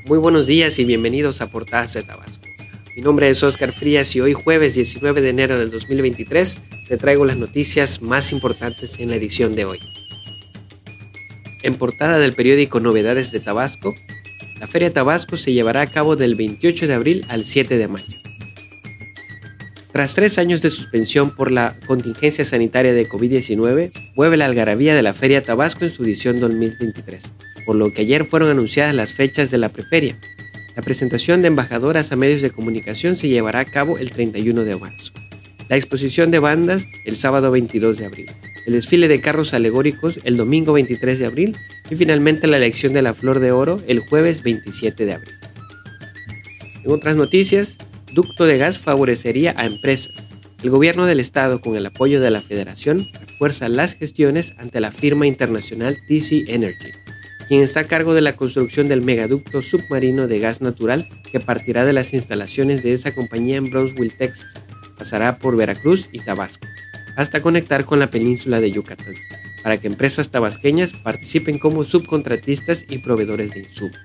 Muy buenos días y bienvenidos a Portadas de Tabasco. Mi nombre es Oscar Frías y hoy jueves 19 de enero del 2023 te traigo las noticias más importantes en la edición de hoy. En portada del periódico Novedades de Tabasco, la Feria Tabasco se llevará a cabo del 28 de abril al 7 de mayo. Tras 3 años de suspensión por la contingencia sanitaria de COVID-19, vuelve la algarabía de la Feria Tabasco en su edición 2023, por lo que ayer fueron anunciadas las fechas de la preferia. La presentación de embajadoras a medios de comunicación se llevará a cabo el 31 de marzo. La exposición de bandas el sábado 22 de abril. El desfile de carros alegóricos el domingo 23 de abril y finalmente la elección de la Flor de Oro el jueves 27 de abril. En otras noticias, ducto de gas favorecería a empresas. El gobierno del estado, con el apoyo de la federación, refuerza las gestiones ante la firma internacional TC Energy, quien está a cargo de la construcción del megaducto submarino de gas natural que partirá de las instalaciones de esa compañía en Brownsville, Texas. Pasará por Veracruz y Tabasco, hasta conectar con la península de Yucatán, para que empresas tabasqueñas participen como subcontratistas y proveedores de insumos.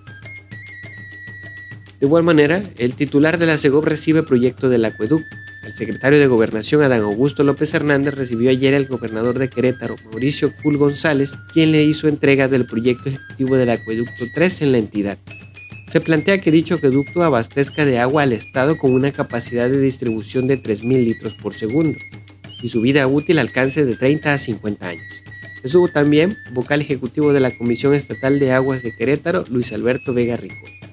De igual manera, el titular de la SEGOV recibe proyecto del acueducto. El secretario de Gobernación, Adán Augusto López Hernández, recibió ayer al gobernador de Querétaro, Mauricio Cul González, quien le hizo entrega del proyecto ejecutivo del acueducto 3 en la entidad. Se plantea que dicho acueducto abastezca de agua al estado con una capacidad de distribución de 3,000 litros por segundo y su vida útil alcance de 30 a 50 años. Estuvo también vocal ejecutivo de la Comisión Estatal de Aguas de Querétaro, Luis Alberto Vega Rico.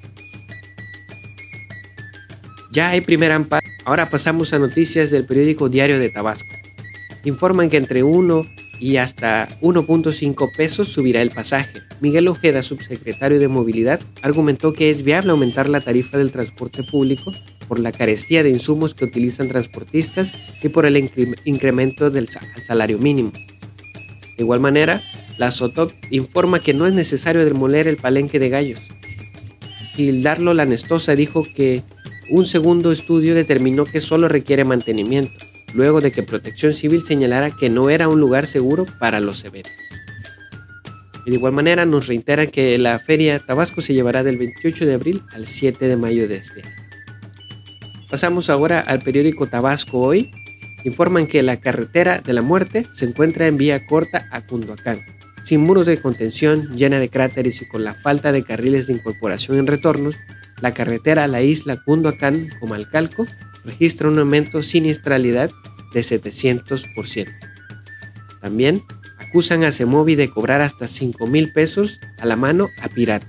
Ya hay primer amparo. Ahora pasamos a noticias del periódico Diario de Tabasco. Informan que entre 1 y hasta 1.5 pesos subirá el pasaje. Miguel Ojeda, subsecretario de Movilidad, argumentó que es viable aumentar la tarifa del transporte público por la carestía de insumos que utilizan transportistas y por el incremento del salario mínimo. De igual manera, la SOTOC informa que no es necesario demoler el palenque de gallos. Gildardo Lanestosa dijo que un segundo estudio determinó que solo requiere mantenimiento, luego de que Protección Civil señalara que no era un lugar seguro para los eventos. Y de igual manera nos reiteran que la Feria Tabasco se llevará del 28 de abril al 7 de mayo de este año. Pasamos ahora al periódico Tabasco Hoy. Informan que la carretera de la muerte se encuentra en vía corta a Cunduacán. Sin muros de contención, llena de cráteres y con la falta de carriles de incorporación en retornos, la carretera a la isla Cunduacán, Comalcalco, registra un aumento de siniestralidad de 700%. También acusan a Semovi de cobrar hasta 5,000 pesos a la mano a piratas.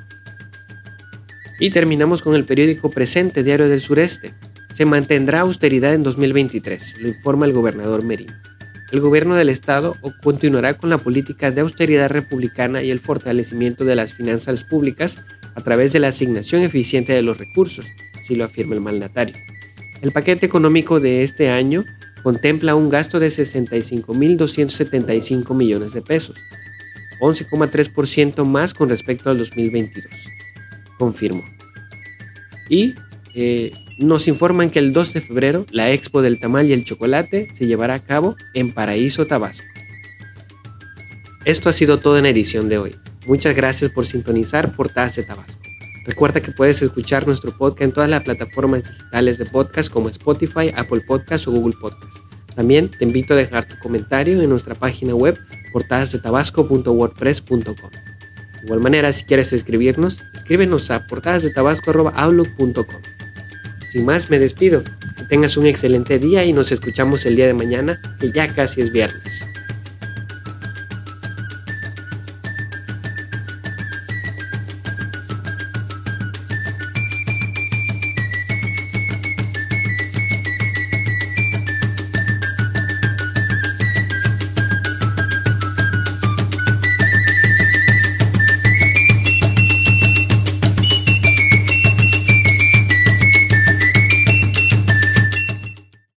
Y terminamos con el periódico Presente, Diario del Sureste. Se mantendrá austeridad en 2023, lo informa el gobernador Merino. El gobierno del estado continuará con la política de austeridad republicana y el fortalecimiento de las finanzas públicas a través de la asignación eficiente de los recursos, así lo afirma el mandatario. El paquete económico de este año contempla un gasto de 65,275 millones de pesos, 11,3% más con respecto al 2022, confirmó. Y nos informan que el 2 de febrero la Expo del Tamal y el Chocolate se llevará a cabo en Paraíso, Tabasco. Esto ha sido todo en la edición de hoy. Muchas gracias por sintonizar Portadas de Tabasco. Recuerda que puedes escuchar nuestro podcast en todas las plataformas digitales de podcast como Spotify, Apple Podcasts o Google Podcasts. También te invito a dejar tu comentario en nuestra página web portadasdetabasco.wordpress.com. De igual manera, si quieres escribirnos, escríbenos a portadasdetabasco@outlook.com. Sin más, me despido. Que tengas un excelente día y nos escuchamos el día de mañana, que ya casi es viernes.